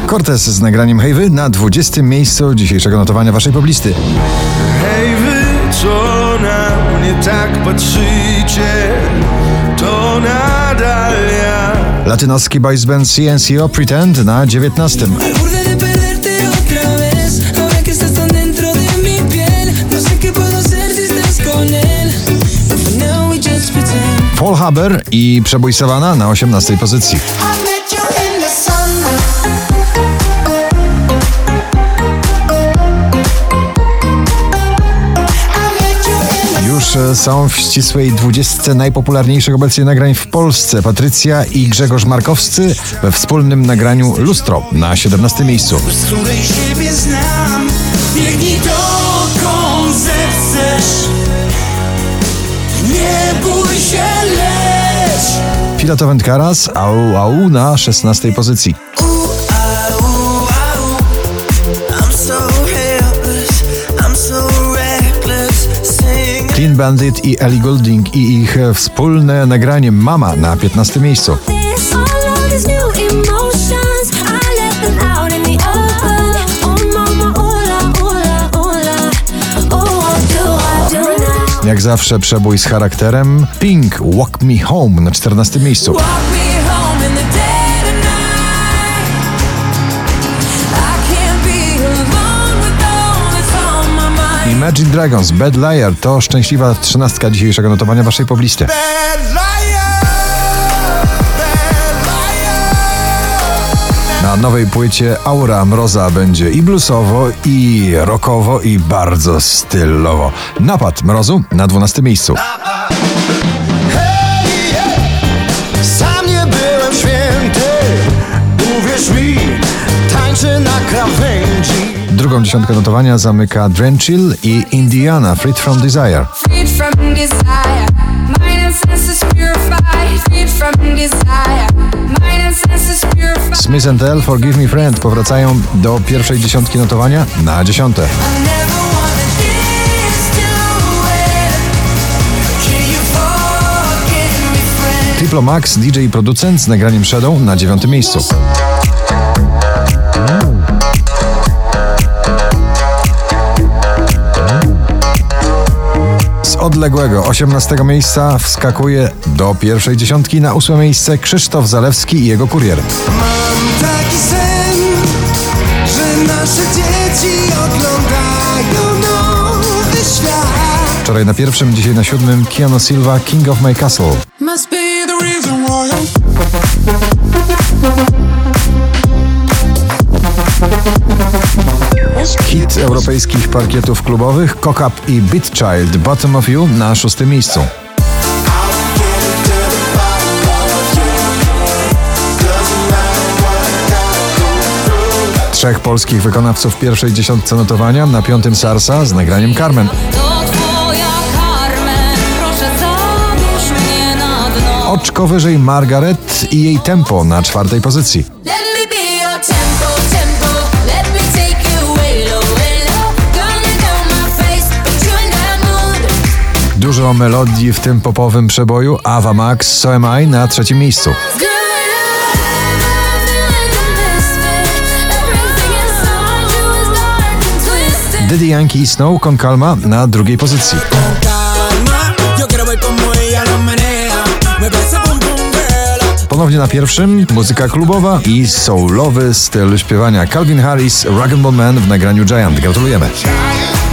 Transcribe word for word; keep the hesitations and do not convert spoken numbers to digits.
Cortez z nagraniem Hej Wy na dwudziestym miejscu dzisiejszego notowania waszej poblisty. Hej wy, co na mnie tak patrzycie, to nadal ja. Latynoski boys band C N C O Pretend na dziewiętnastym. Paul Haber i Przebój Savana na osiemnastej pozycji. Już są w ścisłej dwudziestce najpopularniejszych obecnie nagrań w Polsce. Patrycja i Grzegorz Markowscy we wspólnym nagraniu Lustro na siedemnastym miejscu. Z której siebie znam, biegnij dokąd zechcesz, nie bój się, leć. Filato Wędkaras, Au Au na szesnastej pozycji. Clean Bandit i Ellie Goulding i ich wspólne nagranie Mama na piętnastym miejscu. Jak zawsze przebój z charakterem. Pink, Walk Me Home na czternastym miejscu. Imagine Dragons, Bad Liar to szczęśliwa trzynastka dzisiejszego notowania waszej poblisty. Na nowej płycie Aura Mroza będzie i bluesowo, i rockowo, i bardzo stylowo. Napad Mrozu na dwunastym miejscu. Hej, sam nie byłem święty, uwierz mi, tańczę na krawędzi. Drugą dziesiątkę notowania zamyka Drenchill i Indiana, Freed from Desire. Smith and Tell, Forgive Me Friend powracają do pierwszej dziesiątki notowania na dziesiąte. Triplo Max, D J i producent z nagraniem Shadow na dziewiątym miejscu. Z odległego osiemnastego miejsca wskakuje do pierwszej dziesiątki na ósme miejsce Krzysztof Zalewski i jego Kurier. Mam taki sen, że nasze dzieci oglądają nowy świat. Wczoraj na pierwszym, dzisiaj na siódmym Keanu Silva, King of My Castle. Must be the reason why. Hit europejskich parkietów klubowych Cock Up i Beat Child, Bottom of You na szóstym miejscu. Trzech polskich wykonawców w pierwszej dziesiątce notowania, na piątym Sarsa z nagraniem Carmen. Oczko wyżej Margaret i jej Tempo na czwartej pozycji. Dużo melodii w tym popowym przeboju. Ava Max, So Am I na trzecim miejscu. Daddy Yankee i Snow, Con Calma na drugiej pozycji. Ponownie na pierwszym muzyka klubowa i soulowy styl śpiewania Calvin Harris, Rag and Bone Man w nagraniu Giant. Gratulujemy.